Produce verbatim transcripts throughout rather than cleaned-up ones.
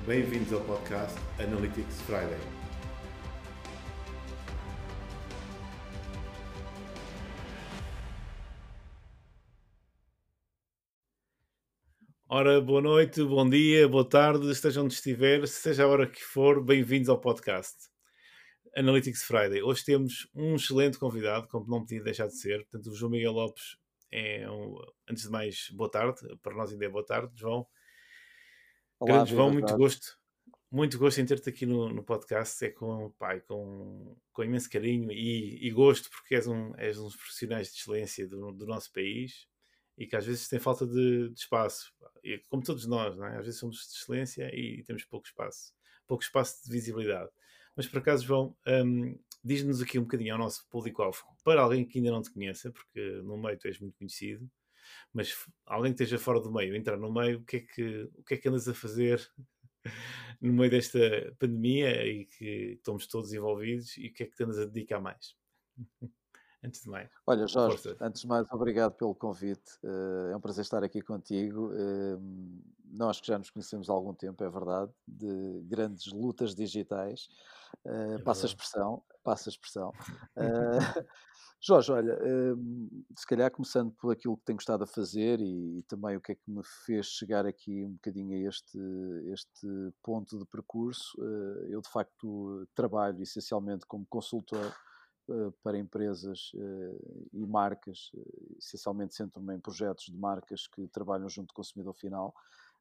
Bem-vindos ao podcast Analytics Friday. Ora, boa noite, bom dia, boa tarde, estejam onde estiver, seja a hora que for, bem-vindos ao podcast Analytics Friday. Hoje temos um excelente convidado, como não podia deixar de ser. Portanto, o João Miguel Lopes é, um, antes de mais, boa tarde, para nós ainda é boa tarde, João. Olá, Grande João, viva muito Jorge. gosto. Muito gosto em ter-te aqui no, no podcast, é com, pai, com, com imenso carinho e, e gosto, porque és um, és um dos profissionais de excelência do, do nosso país e que às vezes tem falta de, de espaço, e, como todos nós, não é? Às vezes somos de excelência e temos pouco espaço, pouco espaço de visibilidade. Mas por acaso, João, um, diz-nos aqui um bocadinho ao nosso público-alvo, para alguém que ainda não te conheça, porque no meio tu és muito conhecido, mas alguém que esteja fora do meio, entrar no meio, o que é que, o que, é que andas a fazer no meio desta pandemia e que estamos todos envolvidos, e o que é que te andas a dedicar mais? Antes de mais, Olha, Jorge, força. antes de mais, obrigado pelo convite. Uh, é um prazer estar aqui contigo. Uh, nós que já nos conhecemos há algum tempo, é verdade, de grandes lutas digitais. Uh, É passa a verdade. expressão, passa a expressão. Uh, Jorge, olha, uh, se calhar começando por aquilo que tenho gostado a fazer e, e também o que é que me fez chegar aqui um bocadinho a este, este ponto de percurso. Uh, eu, de facto, trabalho essencialmente como consultor para empresas e marcas, essencialmente centro-me em projetos de marcas que trabalham junto do consumidor final,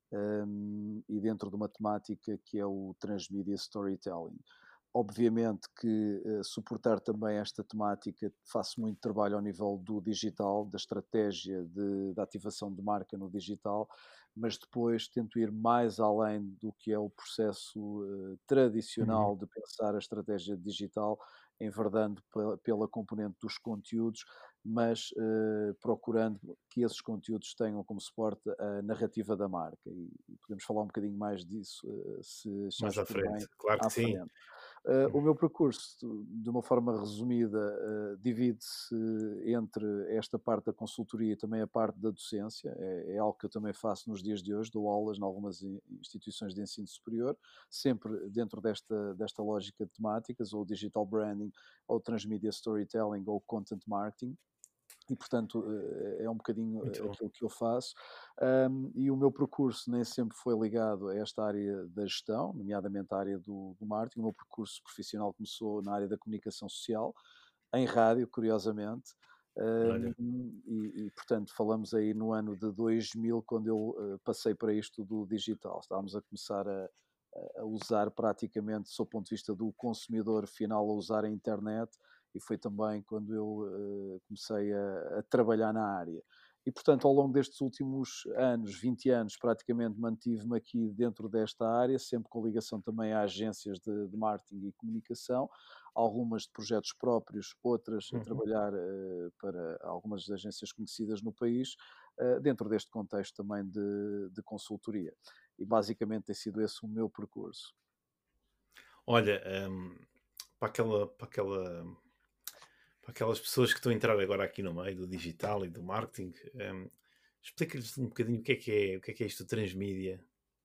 e dentro de uma temática que é o Transmedia Storytelling. Obviamente que uh, suportar também esta temática, faço muito trabalho ao nível do digital, da estratégia de, de ativação de marca no digital, mas depois tento ir mais além do que é o processo uh, tradicional Uhum. de pensar a estratégia digital, enverdando pela, pela componente dos conteúdos, mas uh, procurando que esses conteúdos tenham como suporte a narrativa da marca. E, e podemos falar um bocadinho mais disso, uh, se Mais achares à por frente, bem, claro que à sim. frente. Uh, o meu percurso, de uma forma resumida, uh, divide-se entre esta parte da consultoria e também a parte da docência. É, é algo que eu também faço nos dias de hoje, dou aulas em algumas instituições de ensino superior, sempre dentro desta, desta lógica de temáticas, ou digital branding, ou transmedia storytelling, ou content marketing. E, portanto, é um bocadinho Muito bom. aquilo que eu faço. Um, e o meu percurso nem sempre foi ligado a esta área da gestão, nomeadamente a área do, do marketing. O meu percurso profissional começou na área da comunicação social, em rádio, curiosamente. Olha, Um, e, e, portanto, falamos aí no ano de dois mil, quando eu uh, passei para isto do digital. Estávamos a começar a, a usar praticamente, sob o ponto de vista do consumidor final, a usar a internet, e foi também quando eu uh, comecei a, a trabalhar na área. E, portanto, ao longo destes últimos anos, vinte anos, praticamente mantive-me aqui dentro desta área, sempre com ligação também a agências de, de marketing e comunicação, algumas de projetos próprios, outras a uhum. trabalhar uh, para algumas agências conhecidas no país, uh, dentro deste contexto também de, de consultoria. E basicamente tem sido esse o meu percurso. Olha, um, para, aquela, para, aquela, para aquelas pessoas que estão a entrar agora aqui no meio do digital e do marketing, um, explica-lhes um bocadinho o que é que é, o que é, que é isto do transmídia.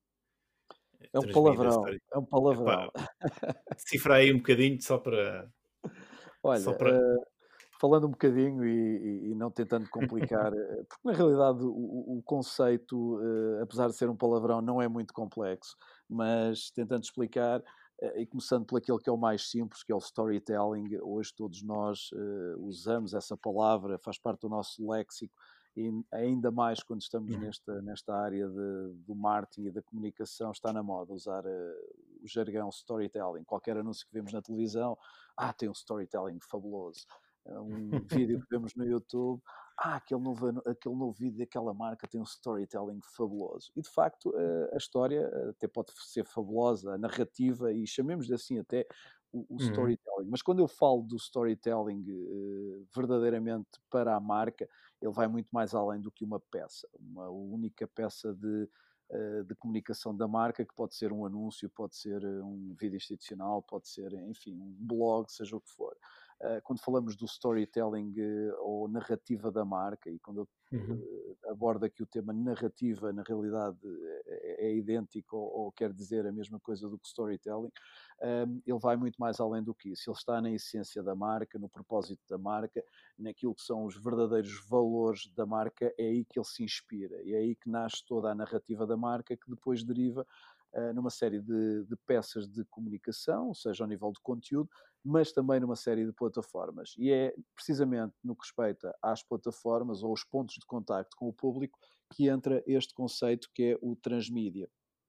É um Transmídia palavrão, story. é um Epá, palavrão. decifra aí um bocadinho só para... Só Olha, para... uh, falando um bocadinho e, e, e não tentando complicar, uh, porque na realidade o, o conceito, uh, apesar de ser um palavrão, não é muito complexo, mas tentando explicar, uh, e começando por aquele que é o mais simples, que é o storytelling. Hoje todos nós uh, usamos essa palavra, faz parte do nosso léxico, e ainda mais quando estamos Uhum. nesta, nesta área de, do marketing e da comunicação, está na moda usar uh, o jargão storytelling. Qualquer anúncio que vemos na televisão, ah, tem um storytelling fabuloso. Um vídeo que vemos no YouTube, ah, aquele novo, aquele novo vídeo daquela marca tem um storytelling fabuloso. E, de facto, a história até pode ser fabulosa, a narrativa, e chamemos-lhe assim até o, o Uhum. storytelling. Mas quando eu falo do storytelling uh, verdadeiramente para a marca, ele vai muito mais além do que uma peça. Uma única peça de de comunicação da marca, que pode ser um anúncio, pode ser um vídeo institucional, pode ser, enfim, um blog, seja o que for. uh, quando falamos do storytelling uh, ou narrativa da marca, e quando eu Uhum. uh, abordo aqui o tema narrativa, na realidade é, é idêntico ou, ou quer dizer a mesma coisa do que storytelling, um, ele vai muito mais além do que isso. Ele está na essência da marca, no propósito da marca, naquilo que são os verdadeiros valores da marca, é aí que ele se inspira, e é aí que nasce toda a narrativa da marca, que depois deriva uh, numa série de, de peças de comunicação, ou seja, ao nível de conteúdo, mas também numa série de plataformas. E é precisamente no que respeita às plataformas ou os pontos de contacto com o público que entra este conceito que é o transmídia.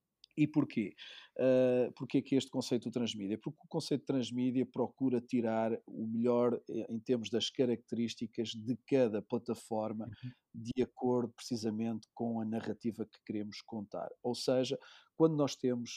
E porquê? Uh, porquê que este conceito transmídia? Porque o conceito transmídia procura tirar o melhor em termos das características de cada plataforma Uhum. de acordo precisamente com a narrativa que queremos contar. Ou seja, quando nós temos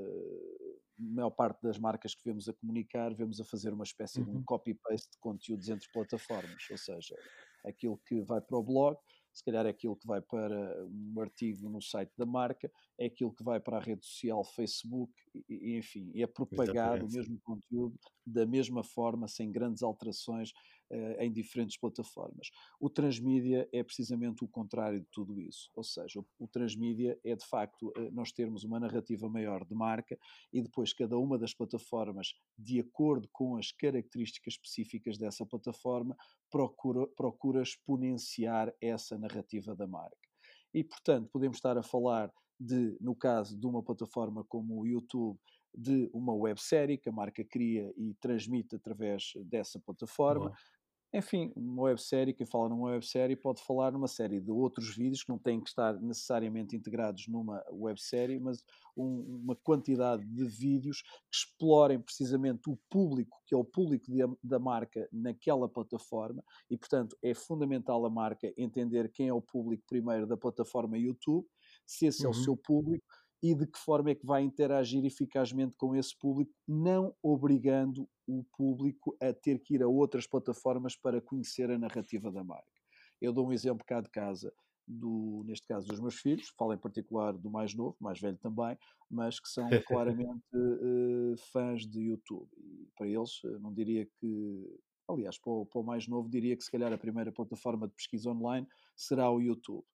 uh, a maior parte das marcas que vemos a comunicar, vemos a fazer uma espécie de um Uhum. copy-paste de conteúdos entre plataformas, ou seja, aquilo que vai para o blog, se calhar é aquilo que vai para um artigo no site da marca, é aquilo que vai para a rede social Facebook, e, e, enfim, é propagado o Exatamente. mesmo conteúdo da mesma forma, sem grandes alterações, uh, em diferentes plataformas. O transmídia é precisamente o contrário de tudo isso, ou seja, o, o transmídia é de facto uh, nós termos uma narrativa maior de marca e depois cada uma das plataformas, de acordo com as características específicas dessa plataforma, procura, procura exponenciar essa narrativa da marca. E, portanto, podemos estar a falar de, no caso de uma plataforma como o YouTube, de uma websérie que a marca cria e transmite através dessa plataforma. Boa. Enfim, uma websérie, quem fala numa websérie pode falar numa série de outros vídeos que não têm que estar necessariamente integrados numa websérie, mas um, uma quantidade de vídeos que explorem precisamente o público, que é o público de, da marca naquela plataforma, e portanto é fundamental a marca entender quem é o público primeiro da plataforma YouTube, se esse é o seu Uhum. público, e de que forma é que vai interagir eficazmente com esse público, não obrigando o público a ter que ir a outras plataformas para conhecer a narrativa da marca. Eu dou um exemplo cá de casa, do, neste caso dos meus filhos, falo em particular do mais novo, mais velho também, mas que são claramente uh, fãs de YouTube. E para eles, uh, não diria que... Aliás, para o, para o mais novo, diria que se calhar a primeira plataforma de pesquisa online será o YouTube.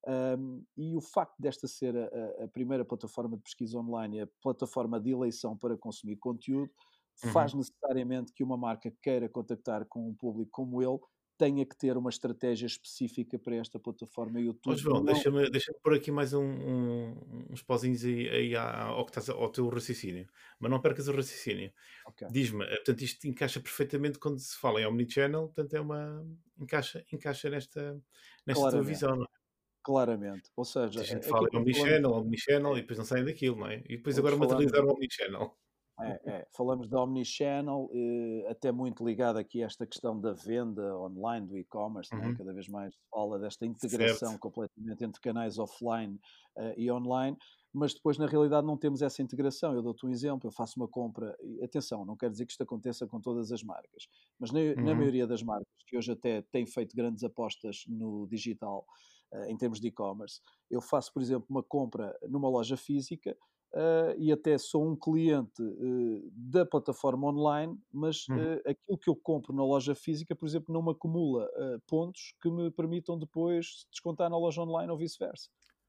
Um, e o facto desta ser a, a, primeira plataforma de pesquisa online, a plataforma de eleição para consumir conteúdo, faz Uhum. necessariamente que uma marca queira contactar com um público como ele, tenha que ter uma estratégia específica para esta plataforma Ó YouTube. João, Não... deixa-me deixa pôr aqui mais um, um- uns pauzinhos aí, aí à- ao, que estás, a- ao teu raciocínio. Mas não percas o raciocínio. Ok, Diz-me, eh, portanto, isto encaixa perfeitamente quando se fala em omnichannel, portanto, é uma. Encaixa, encaixa nesta, nesta tua claramente, visão, não é? claramente. Ou seja, Muita gente aqui fala em quando falamos, omnichannel, omnichannel, e é, depois não saem daquilo, não é? E depois quando agora falamos materializar o omnichannel. É, é. Falamos da omnichannel, eh, até muito ligado aqui a esta questão da venda online, do e-commerce, não é? Uhum. Cada vez mais se fala desta integração Certo. completamente entre canais offline, eh, e online, mas depois na realidade não temos essa integração. Eu dou-te um exemplo, eu faço uma compra, e atenção, não quero dizer que isto aconteça com todas as marcas, mas na, na Uhum. maioria das marcas que hoje até têm feito grandes apostas no digital, eh, em termos de e-commerce, eu faço, por exemplo, uma compra numa loja física, uh, e até sou um cliente uh, da plataforma online, mas Uhum. uh, aquilo que eu compro na loja física, por exemplo, não me acumula uh, pontos que me permitam depois descontar na loja online ou vice-versa.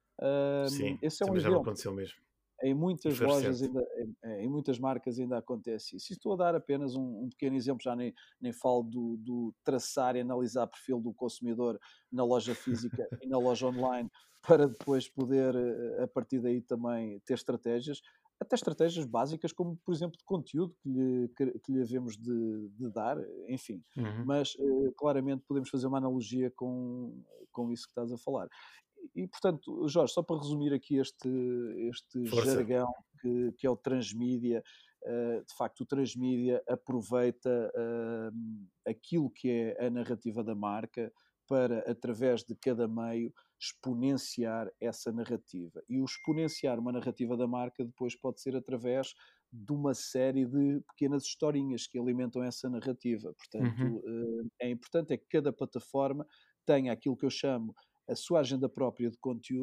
Uh, Sim, esse é um também já me exemplo. aconteceu mesmo. Em E muitas foi lojas recente. ainda, em, em muitas marcas ainda acontece isso. E estou a dar apenas um, um pequeno exemplo, já nem, nem falo do, do traçar e analisar perfil do consumidor na loja física e na loja online, para depois poder, eh, a partir daí também ter estratégias, até estratégias básicas, como por exemplo de conteúdo que lhe, que, que lhe havemos de, de dar, enfim. Uhum. Mas eh, claramente podemos fazer uma analogia com, com isso que estás a falar. E, portanto, Jorge, só para resumir aqui este, este Força. jargão que, que é o transmídia, uh, de facto, o transmídia aproveita uh, aquilo que é a narrativa da marca para, através de cada meio, exponenciar essa narrativa. E o exponenciar uma narrativa da marca depois pode ser através de uma série de pequenas historinhas que alimentam essa narrativa. Uhum. Portanto, uh, é importante é que cada plataforma tenha aquilo que eu chamo a sua agenda própria de conteúdo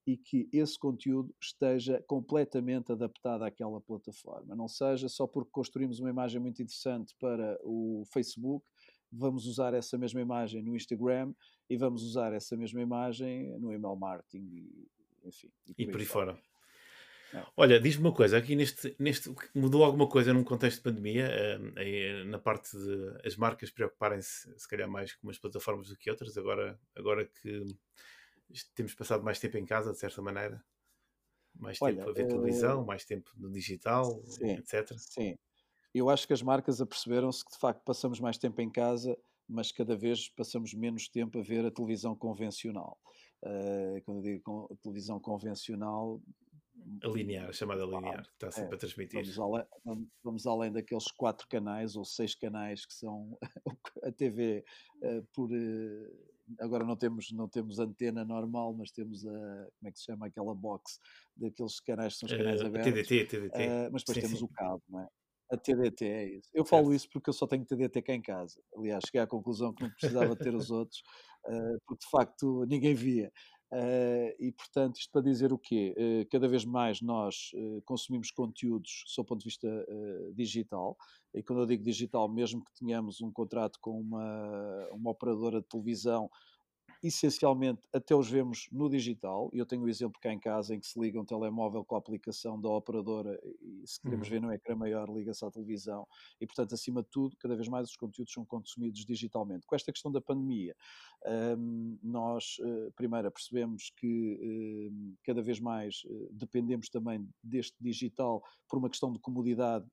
e que esse conteúdo esteja completamente adaptado àquela plataforma. Não seja só porque construímos uma imagem muito interessante para o Facebook, vamos usar essa mesma imagem no Instagram e vamos usar essa mesma imagem no email marketing e, enfim, e E por aí por aí fora. fora. É. Olha, diz-me uma coisa, aqui neste, neste mudou alguma coisa num contexto de pandemia, eh, eh, na parte de as marcas preocuparem-se se calhar mais com umas plataformas do que outras, agora, agora que temos passado mais tempo em casa, de certa maneira, mais tempo Olha, a ver televisão, eh, mais tempo no digital, sim, etcétera. sim. Eu acho que as marcas aperceberam-se que de facto passamos mais tempo em casa, mas cada vez passamos menos tempo a ver a televisão convencional. Eh, quando eu digo con- televisão convencional, A linear, a chamada vá, linear, que está é, sempre a transmitir. vamos, além, vamos vamos além daqueles quatro canais ou seis canais que são a T V eh, por. eh, agora não temos, não temos antena normal, mas temos a. Como é que se chama aquela box daqueles canais que são os canais Uh, a abertos, T D T, T D T. eh, mas depois Sim, temos sim, o cabo, não é? A T D T é isso. Eu falo certo. isso porque eu só tenho T D T cá em casa. Aliás, cheguei à conclusão que não precisava ter os outros, eh, porque de facto ninguém via. Eh, e portanto, isto para dizer o quê? Eh, cada vez mais nós eh, consumimos conteúdos sob o ponto de vista eh, digital, e quando eu digo digital, mesmo que tenhamos um contrato com uma, uma operadora de televisão, essencialmente até os vemos no digital. Eu tenho o um exemplo cá em casa em que se liga um telemóvel com a aplicação da operadora e se queremos Uhum. ver no ecrã maior liga-se à televisão e, portanto, acima de tudo, cada vez mais os conteúdos são consumidos digitalmente. Com esta questão da pandemia, hum, nós uh, primeiro percebemos que hum, cada vez mais uh, dependemos também deste digital por uma questão de comodidade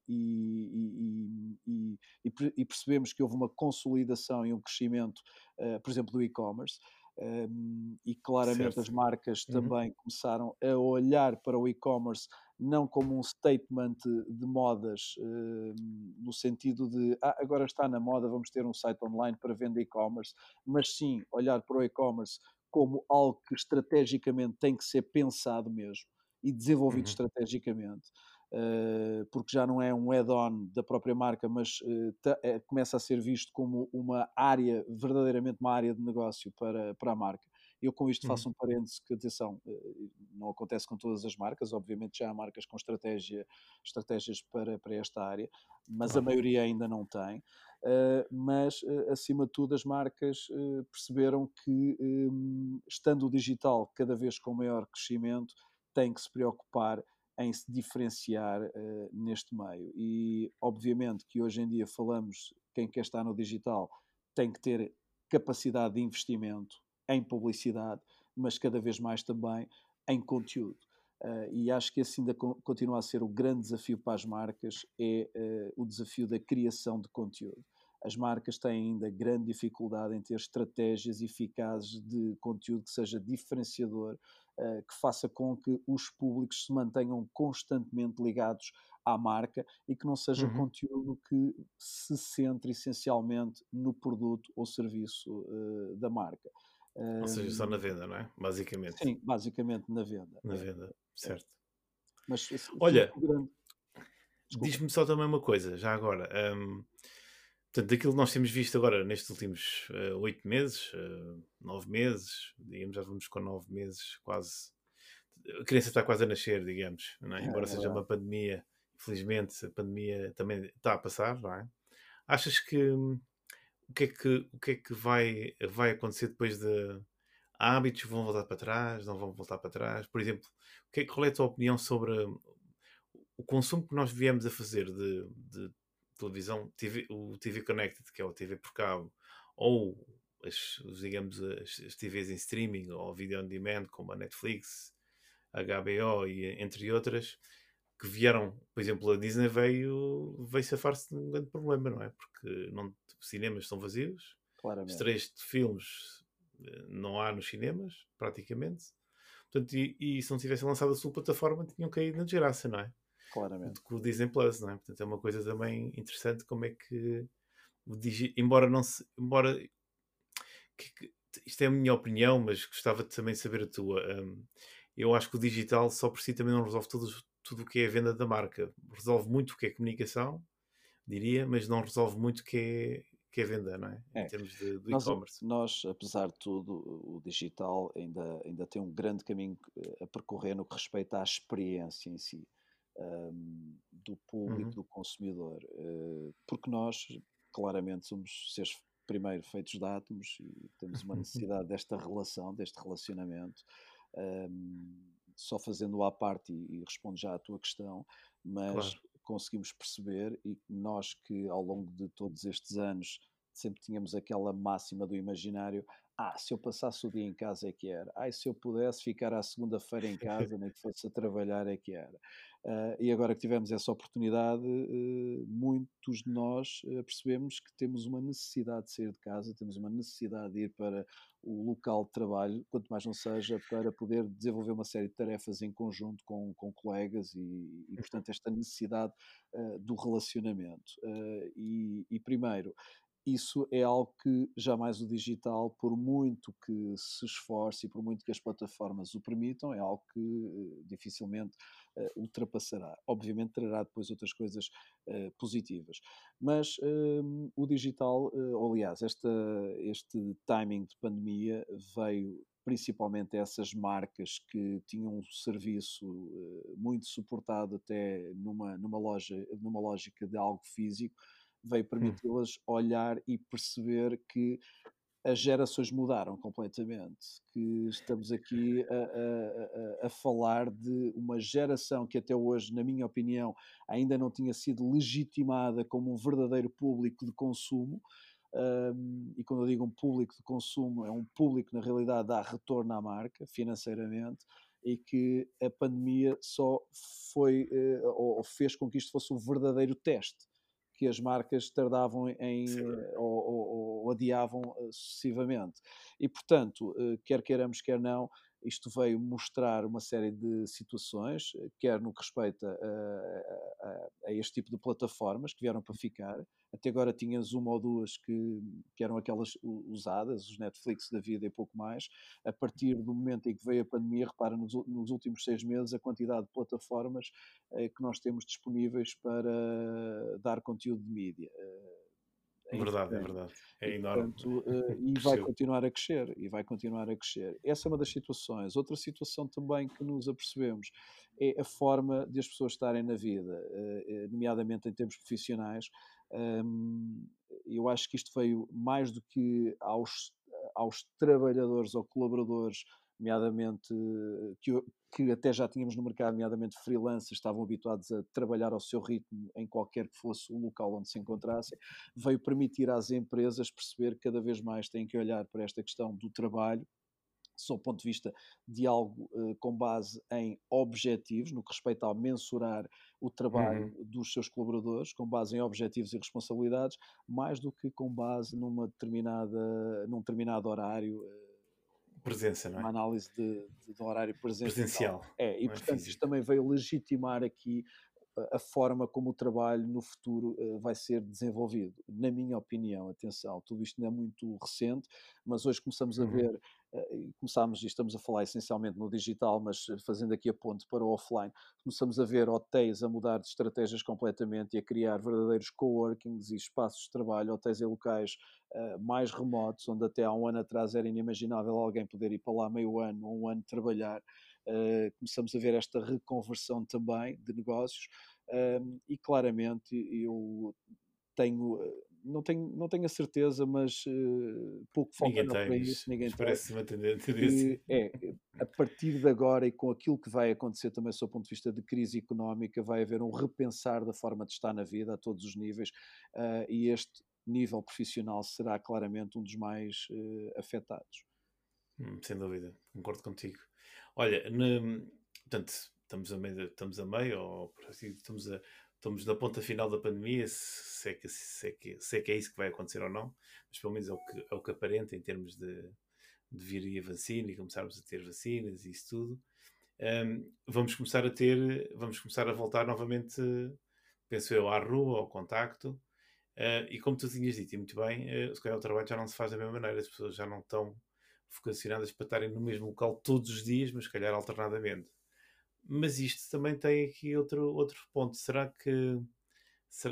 e, e, e, e, percebemos que houve uma consolidação e um crescimento, uh, por exemplo, do e-commerce. Um, e claramente as Certo. marcas Uhum. também começaram a olhar para o e-commerce não como um statement de modas, um, no sentido de ah, agora está na moda, vamos ter um site online para vender e-commerce, mas sim olhar para o e-commerce como algo que estrategicamente tem que ser pensado mesmo e desenvolvido Uhum. estrategicamente. Uh, porque já não é um add-on da própria marca, mas uh, ta, é, começa a ser visto como uma área, verdadeiramente uma área de negócio para, para a marca. Eu com isto Uhum. faço um parênteses que, atenção, uh, não acontece com todas as marcas, obviamente já há marcas com estratégia, estratégias para, para esta área, mas a Claro. maioria ainda não tem. Uh, mas, uh, acima de tudo, as marcas uh, perceberam que, um, estando o digital cada vez com maior crescimento, tem que se preocupar em se diferenciar uh, neste meio. E, obviamente, que hoje em dia falamos, quem quer estar no digital tem que ter capacidade de investimento em publicidade, mas cada vez mais também em conteúdo. Uh, e acho que esse ainda co- continua a ser o grande desafio para as marcas, é uh, o desafio da criação de conteúdo. As marcas têm ainda grande dificuldade em ter estratégias eficazes de conteúdo que seja diferenciador, uh, que faça com que os públicos se mantenham constantemente ligados à marca e que não seja Uhum. conteúdo que se centre essencialmente no produto ou serviço uh, da marca. Ou seja, só na Um, venda, não é? Basicamente. sim, basicamente na venda. Na É, venda, é. certo. Mas assim, tudo Olha, o grande. Desculpa. diz-me só também uma coisa, já agora. Um, portanto, daquilo que nós temos visto agora nestes últimos uh, oito meses, uh, nove meses, digamos, já vamos com nove meses, quase. A criança está quase a nascer, digamos, não é? É Embora seja uma verdade. pandemia, infelizmente a pandemia também está a passar, não é? Achas que hum, o que é que, o que, é que vai, vai acontecer depois de hábitos vão voltar para trás, não vão voltar para trás? Por exemplo, o que é, qual é a tua opinião sobre o consumo que nós viemos a fazer de, de televisão, T V, o T V Connected, que é o T V por cabo, ou as, os, digamos, as, as T Vs em streaming ou video on demand, como a Netflix, a H B O e entre outras, que vieram, por exemplo, a Disney veio, veio safar-se de um grande problema, não é? Porque não, os cinemas estão vazios, Claramente. estreias de filmes eh, não há nos cinemas, praticamente. Portanto, e, e se não tivessem lançado a sua plataforma, tinham caído na desgraça, não é? Claramente. Com o Disney Plus, não é? Portanto, é uma coisa também interessante como é que o digi... embora não se. Embora. Que, que, isto é a minha opinião, mas gostava de também saber a tua. Um, eu acho que o digital só por si também não resolve tudo, tudo o que é a venda da marca. Resolve muito o que é comunicação, diria, mas não resolve muito o que é que é venda, não é? Em É. termos de, do Nós, e-commerce. nós, apesar de tudo, o digital ainda, ainda tem um grande caminho eh, a percorrer no que respeita à experiência em si, ahm, do público, Uhum. do consumidor, eh, porque nós, claramente, somos seres primeiro feitos de átomos e temos uma necessidade desta relação, deste relacionamento. ahm, Só fazendo à parte e, e respondo já à tua questão, mas Claro. conseguimos perceber, e nós que ao longo de todos estes anos sempre tínhamos aquela máxima do imaginário: ah, se eu passasse o dia em casa é que era, ai, se eu pudesse ficar à segunda-feira em casa, nem que fosse a trabalhar é que era. Ah, e agora que tivemos essa oportunidade, eh, muitos de nós eh, percebemos que temos uma necessidade de sair de casa, temos uma necessidade de ir para o local de trabalho, quanto mais não seja para poder desenvolver uma série de tarefas em conjunto com, com colegas e, e, portanto, esta necessidade uh, do relacionamento. Uh, e, e, primeiro, isso é algo que jamais o digital, por muito que se esforce e por muito que as plataformas o permitam, é algo que uh, dificilmente uh, ultrapassará. Obviamente trará depois outras coisas uh, positivas. Mas uh, o digital, uh, aliás, esta, este timing de pandemia veio principalmente a essas marcas que tinham um serviço uh, muito suportado até numa, numa, loja, numa lógica de algo físico, veio Hum. permiti-las olhar e perceber que as gerações mudaram completamente, que estamos aqui a, a, a, a falar de uma geração que até hoje, na minha opinião, ainda não tinha sido legitimada como um verdadeiro público de consumo. Um, e quando eu digo um público de consumo, é um público que na realidade dá retorno à marca financeiramente, e que a pandemia só foi uh, ou fez com que isto fosse um verdadeiro teste que as marcas tardavam em Sem dúvida. eh, ou, ou, ou adiavam eh, sucessivamente. E, portanto, eh, quer queiramos, quer não, isto veio mostrar uma série de situações, eh, quer no que respeita a, a, a, a este tipo de plataformas que vieram para ficar. Até agora tinhas uma ou duas que, que eram aquelas usadas, os Netflix da vida e pouco mais. A partir do momento em que veio a pandemia, repara, nos, nos últimos seis meses, a quantidade de plataformas eh, que nós temos disponíveis para dar conteúdo de mídia. Eh, é Verdade, é instantâneo. verdade. E, É enorme. portanto, eh, e vai Percebo. continuar a crescer, e vai continuar a crescer. Essa é uma das situações. Outra situação também que nos apercebemos é a forma de as pessoas estarem na vida, eh, eh, nomeadamente em termos profissionais. Hum, eu acho que isto veio mais do que aos, aos trabalhadores ou colaboradores, nomeadamente eh, que, que até já tínhamos no mercado, nomeadamente freelancers, estavam habituados a trabalhar ao seu ritmo em qualquer que fosse o local onde se encontrassem, veio permitir às empresas perceber que cada vez mais têm que olhar para esta questão do trabalho, sob o ponto de vista de algo eh, com base em objetivos, no que respeita ao mensurar o trabalho Uhum. dos seus colaboradores, com base em objetivos e responsabilidades, mais do que com base numa determinada, num determinado horário, eh, Presença, não uma é? análise de, de, de horário presencial. Presencial, É, e não é portanto isto físico. também veio legitimar aqui a a forma como o trabalho no futuro uh, vai ser desenvolvido. Na minha opinião, atenção, tudo isto não é muito recente, mas hoje começamos a Uhum. ver, uh, e começámos, e estamos a falar essencialmente no digital, mas fazendo aqui a ponte para o offline, começamos a ver hotéis a mudar de estratégias completamente e a criar verdadeiros coworkings e espaços de trabalho, hotéis em locais uh, mais remotos, onde até há um ano atrás era inimaginável alguém poder ir para lá meio ano ou um ano trabalhar. Uh, começamos a ver esta reconversão também de negócios. Um, e claramente eu tenho, não tenho, não tenho a certeza, mas uh, pouco Ninguém faltará tem, para isso, mas, ninguém mas tem, parece uma tenden- tendência. que é, a partir de agora e com aquilo que vai acontecer também, sob o ponto de vista de crise económica, vai haver um repensar da forma de estar na vida a todos os níveis, uh, e este nível profissional será claramente um dos mais uh, afetados. Hum, sem dúvida, concordo contigo. Olha, na- portanto, estamos a meio, estamos a meio ou por assim, estamos, a, estamos na ponta final da pandemia, se, se é que, se, é que, se é que é isso que vai acontecer ou não, mas pelo menos é o que, é o que aparenta em termos de, de vir aí a vacina e começarmos a ter vacinas e isso tudo. Um, vamos começar a ter, vamos começar a voltar novamente, penso eu, à rua, ao contacto. Uh, e como tu tinhas dito, e muito bem, uh, se calhar o trabalho já não se faz da mesma maneira, as pessoas já não estão vocacionadas para estarem no mesmo local todos os dias, mas se calhar alternadamente. Mas isto também tem aqui outro, outro ponto. Será que será,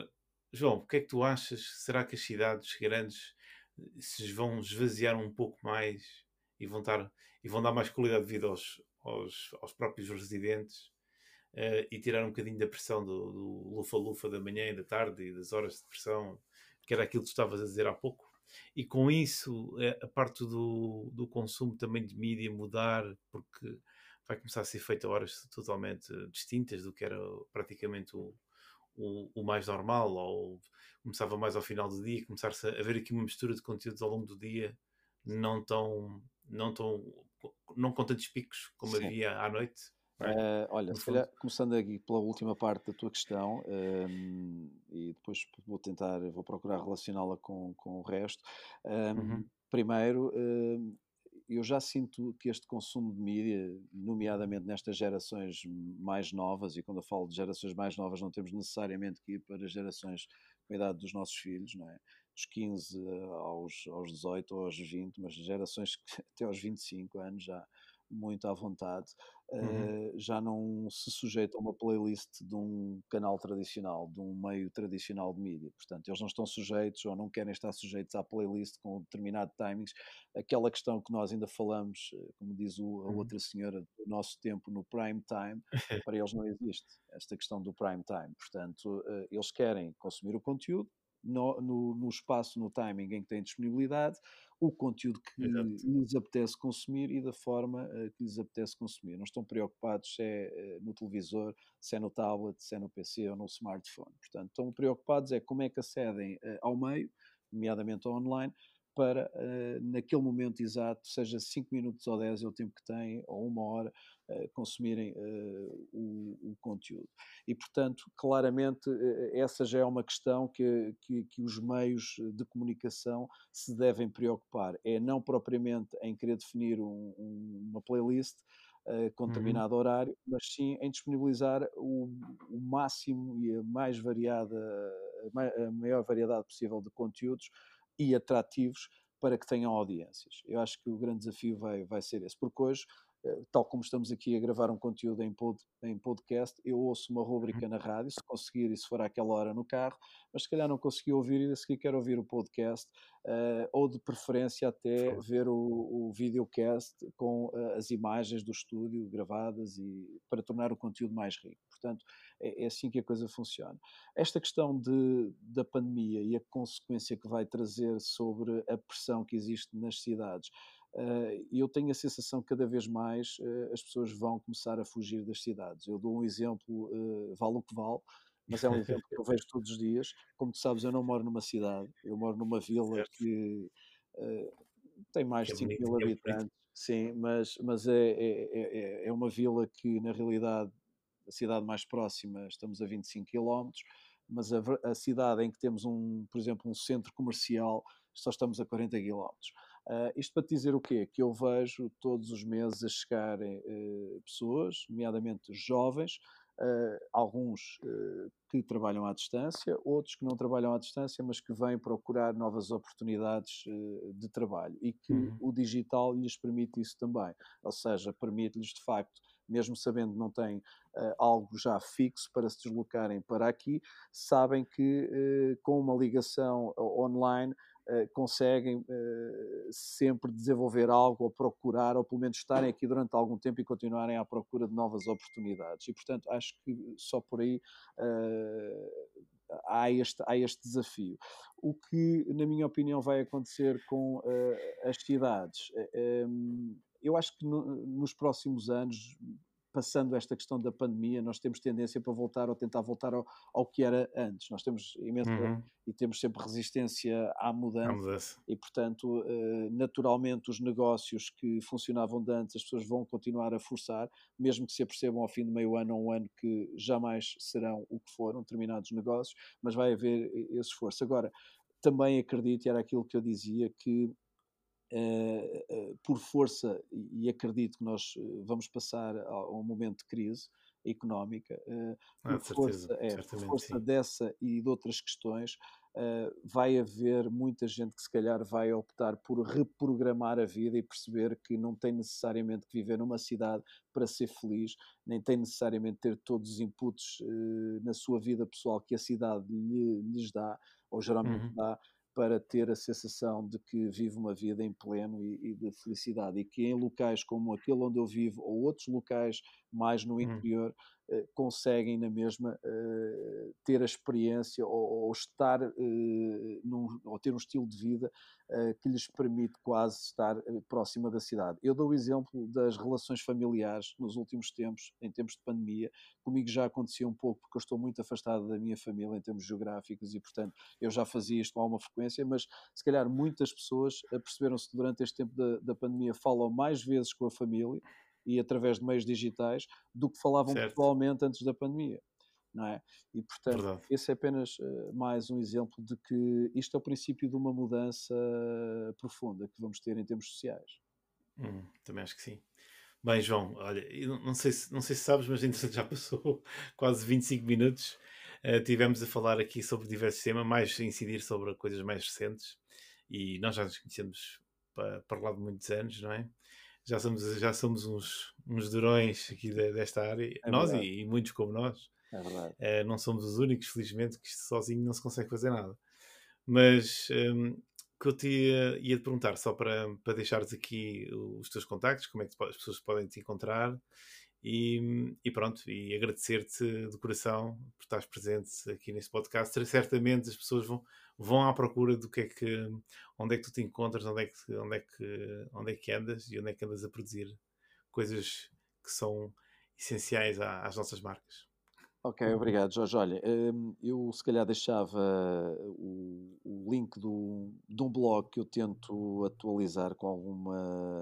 João, o que é que tu achas? Será que as cidades grandes eh, se vão esvaziar um pouco mais e vão dar, e vão dar mais qualidade de vida aos, aos, aos próprios residentes, eh, e tirar um bocadinho da pressão do, do lufa-lufa da manhã e da tarde e das horas de pressão, que era aquilo que tu estavas a dizer há pouco? E com isso, eh, a parte do, do consumo também de mídia mudar, porque vai começar a ser feito a horas totalmente distintas do que era praticamente o, o, o mais normal, ou começava mais ao final do dia, começar-se a haver aqui uma mistura de conteúdos ao longo do dia, não tão, não tão, não com tantos picos como Sim. havia à noite, não é? Eh, olha, No se fundo. calhar começando aqui pela última parte da tua questão, hum, e depois vou tentar, vou procurar relacioná-la com, com o resto. Hum, Uhum, primeiro, hum, eu já sinto que este consumo de mídia, nomeadamente nestas gerações mais novas, e quando eu falo de gerações mais novas, não temos necessariamente que ir para gerações com a idade dos nossos filhos, não é? Dos quinze aos, aos dezoito ou aos vinte, mas gerações que até aos vinte e cinco anos já muito à vontade, uhum, eh, já não se sujeita a uma playlist de um canal tradicional, de um meio tradicional de mídia. Portanto, eles não estão sujeitos ou não querem estar sujeitos à playlist com determinado timings. Aquela questão que nós ainda falamos, eh, como diz o, a uhum. outra senhora, do nosso tempo no prime time, para eles não existe esta questão do prime time. Portanto, eh, eles querem consumir o conteúdo no, no, no espaço, no timing em que têm disponibilidade, o conteúdo que Exato. lhes apetece consumir e da forma uh, que lhes apetece consumir. Não estão preocupados se é uh, no televisor, se é no tablet, se é no P C ou no smartphone. Portanto, estão preocupados é como é que acedem uh, ao meio, nomeadamente ao online, para, uh, naquele momento exato, seja cinco minutos ou dez é o tempo que têm, ou uma hora, uh, consumirem uh, o, o conteúdo. E, portanto, claramente, uh, essa já é uma questão que, que, que os meios de comunicação se devem preocupar. É não propriamente em querer definir um, um, uma playlist uh, com Uhum, determinado horário, mas sim em disponibilizar o, o máximo e a mais variada, a maior variedade possível de conteúdos e atrativos para que tenham audiências. Eu acho que o grande desafio vai, vai ser esse, porque hoje, eh, tal como estamos aqui a gravar um conteúdo em, pod, em podcast, eu ouço uma uhum. rúbrica na rádio, se conseguir e se for àquela hora no carro, mas se calhar não consegui ouvir e a seguir quero ouvir o podcast, uh, ou de preferência até Fogo. ver o, o videocast com uh, as imagens do estúdio gravadas e para tornar o conteúdo mais rico. Portanto, é, é assim que a coisa funciona. Esta questão de, da pandemia e a consequência que vai trazer sobre a pressão que existe nas cidades, uh, eu tenho a sensação que cada vez mais uh, as pessoas vão começar a fugir das cidades. Eu dou um exemplo, uh, vale o que vale, mas é um exemplo que eu vejo todos os dias. Como tu sabes, eu não moro numa cidade, eu moro numa vila Certo. que uh, tem mais Que é de cinco bonito, mil que é bonito. habitantes, sim, mas, mas é, é, é é uma vila que, na realidade, a cidade mais próxima estamos a vinte e cinco quilómetros, mas a, a cidade em que temos, um, por exemplo, um centro comercial, só estamos a quarenta quilómetros. Uh, isto para te dizer o quê? Que eu vejo todos os meses a chegarem uh, pessoas, nomeadamente jovens, uh, alguns uh, que trabalham à distância, outros que não trabalham à distância, mas que vêm procurar novas oportunidades uh, de trabalho e que Uhum, o digital lhes permite isso também. Ou seja, permite-lhes de facto, mesmo sabendo que não têm uh, algo já fixo para se deslocarem para aqui, sabem que uh, com uma ligação online Uh, conseguem uh, sempre desenvolver algo ou procurar, ou pelo menos estarem aqui durante algum tempo e continuarem à procura de novas oportunidades. E, portanto, acho que só por aí uh, há, este, há este desafio. O que, na minha opinião, vai acontecer com uh, as cidades? Um, eu acho que no, nos próximos anos, passando esta questão da pandemia, nós temos tendência para voltar ou tentar voltar ao, ao que era antes. Nós temos imensa uhum. e temos sempre resistência à À mudança mudança. e, portanto, eh, naturalmente os negócios que funcionavam de antes, as pessoas vão continuar a forçar, mesmo que se apercebam ao fim de meio ano ou um ano que jamais serão o que foram determinados negócios, mas vai haver esse esforço. Agora, também acredito, e era aquilo que eu dizia, que Uh, uh, por força, e acredito que nós uh, vamos passar a, a um momento de crise económica, uh, Ah, por de certeza. força, é, por Certamente força sim. dessa e de outras questões, uh, vai haver muita gente que se calhar vai optar por reprogramar a vida e perceber que não tem necessariamente que viver numa cidade para ser feliz, nem tem necessariamente ter todos os inputs uh, na sua vida pessoal que a cidade lhe, lhes dá, ou geralmente Uhum. dá, para ter a sensação de que vive uma vida em pleno e, e de felicidade. E que em locais como aquele onde eu vivo, ou outros locais mais no Uhum. interior, eh, conseguem na mesma eh, ter a experiência ou, ou estar, eh, num, ou ter um estilo de vida eh, que lhes permite quase estar eh, próxima da cidade. Eu dou o exemplo das relações familiares nos últimos tempos, em tempos de pandemia. Comigo já acontecia um pouco, porque eu estou muito afastado da minha família em termos geográficos e, portanto, eu já fazia isto com alguma frequência, mas se calhar muitas pessoas perceberam-se que durante este tempo da, da pandemia falam mais vezes com a família e através de meios digitais do que falavam Certo, pessoalmente antes da pandemia, não é? E, portanto, verdade. esse é apenas uh, mais um exemplo de que isto é o princípio de uma mudança profunda que vamos ter em termos sociais. Hum, também acho que sim. Bem, João, olha, eu não, não sei se, não sei se sabes, mas entretanto já passou quase vinte e cinco minutos. Uh, tivemos a falar aqui sobre diversos temas, mais a incidir sobre coisas mais recentes. E nós já nos conhecemos para, para lá de muitos anos, não é? Já somos, já somos uns, uns durões aqui de- desta área, É nós e, verdade, e muitos como nós. é verdade. Uh, não somos os únicos, felizmente, que isto sozinho não se consegue fazer nada. Mas um, o que eu te ia, ia te perguntar, só para, para deixares aqui os teus contactos, como é que as pessoas podem te encontrar e, e pronto, e agradecer-te de coração por estares presente aqui neste podcast. Certamente as pessoas vão, vão à procura do que é que, onde é que tu te encontras, onde é que, onde é que, onde é que andas e onde é que andas a produzir coisas que são essenciais à- às nossas marcas. Ok, obrigado, Jorge. Olha, hum, eu se calhar deixava o, o link do, de um blog que eu tento atualizar com alguma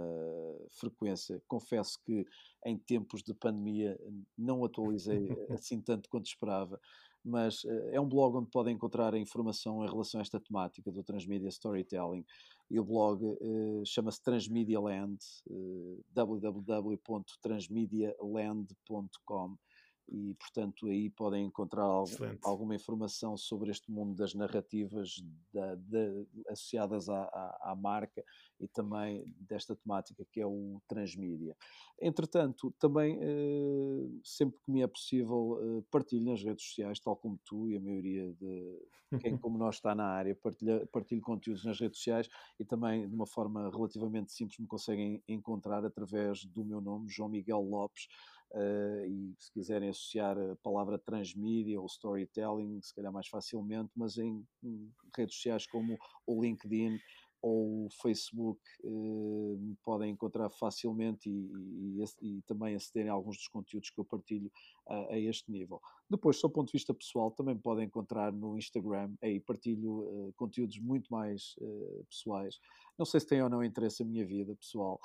frequência. Confesso que em tempos de pandemia não atualizei assim tanto quanto esperava, mas eh, é um blog onde podem encontrar a informação em relação a esta temática do Transmedia Storytelling. E o blog eh, chama-se Transmedia Land, eh, w w w ponto transmedia land ponto com, e, portanto, aí podem encontrar algum, Excelente. alguma informação sobre este mundo das narrativas da, da, associadas à, à, à, marca e também desta temática que é o transmídia. Entretanto, também, eh, sempre que me é possível, eh, partilho nas redes sociais, tal como tu e a maioria de quem, como nós, está na área, partilha, partilho conteúdos nas redes sociais e também, de uma forma relativamente simples, me conseguem encontrar através do meu nome, João Miguel Lopes. Uh, e se quiserem associar a palavra transmídia ou storytelling, se calhar mais facilmente, mas em, em redes sociais como o LinkedIn ou o Facebook, uh, me podem encontrar facilmente e, e, e também acederem a alguns dos conteúdos que eu partilho uh, a este nível. Depois, do ponto de vista pessoal, também me podem encontrar no Instagram, aí partilho uh, conteúdos muito mais uh, pessoais. Não sei se tem ou não interesse a minha vida pessoal,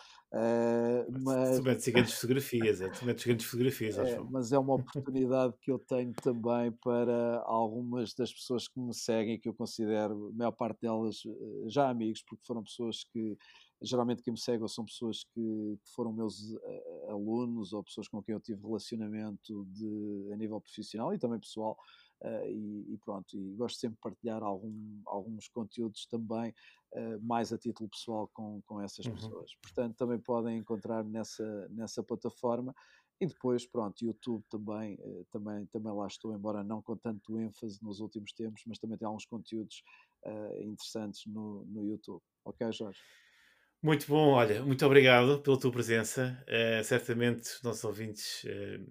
uh, Tu mas metes grandes fotografias, é? Tu metes grandes fotografias, ó é, João. mas é uma oportunidade que eu tenho também para algumas das pessoas que me seguem, que eu considero, a maior parte delas, eh, já amigos, porque foram pessoas que, geralmente quem me segue são pessoas que, que foram meus eh, alunos ou pessoas com quem eu tive relacionamento de, a nível profissional e também pessoal. eh, e, e pronto, e gosto sempre de partilhar algum, alguns conteúdos também, eh, mais a título pessoal com, com essas Uhum. pessoas. Portanto, também podem encontrar nessa, nessa plataforma. E depois, pronto, YouTube também, eh, também, também lá estou, embora não com tanto ênfase nos últimos tempos, mas também tem alguns conteúdos eh, interessantes no, no YouTube. Ok, Jorge? Muito bom, olha, muito obrigado pela tua presença. Eh, certamente os nossos ouvintes, eh,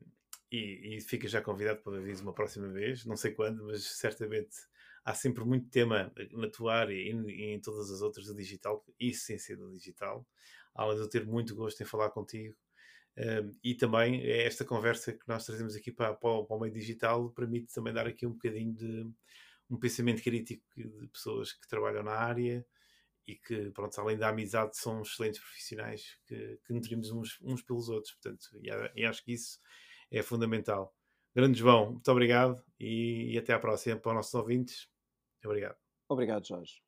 e, e fica já convidado para vir uma próxima vez, não sei quando, mas certamente há sempre muito tema na tua área e, em e em todas as outras do digital, isso sem ser do digital. Além de eu ter muito gosto em falar contigo. Um, e também é esta conversa que nós trazemos aqui para, para, o, para o meio digital permite também dar aqui um bocadinho de um pensamento crítico de pessoas que trabalham na área e que, pronto, além da amizade, são excelentes profissionais que, que nutrimos uns, uns pelos outros. Portanto, e, e acho que isso é fundamental. Grande João, muito obrigado e, e até à próxima para os nossos ouvintes. Obrigado. Obrigado, Jorge.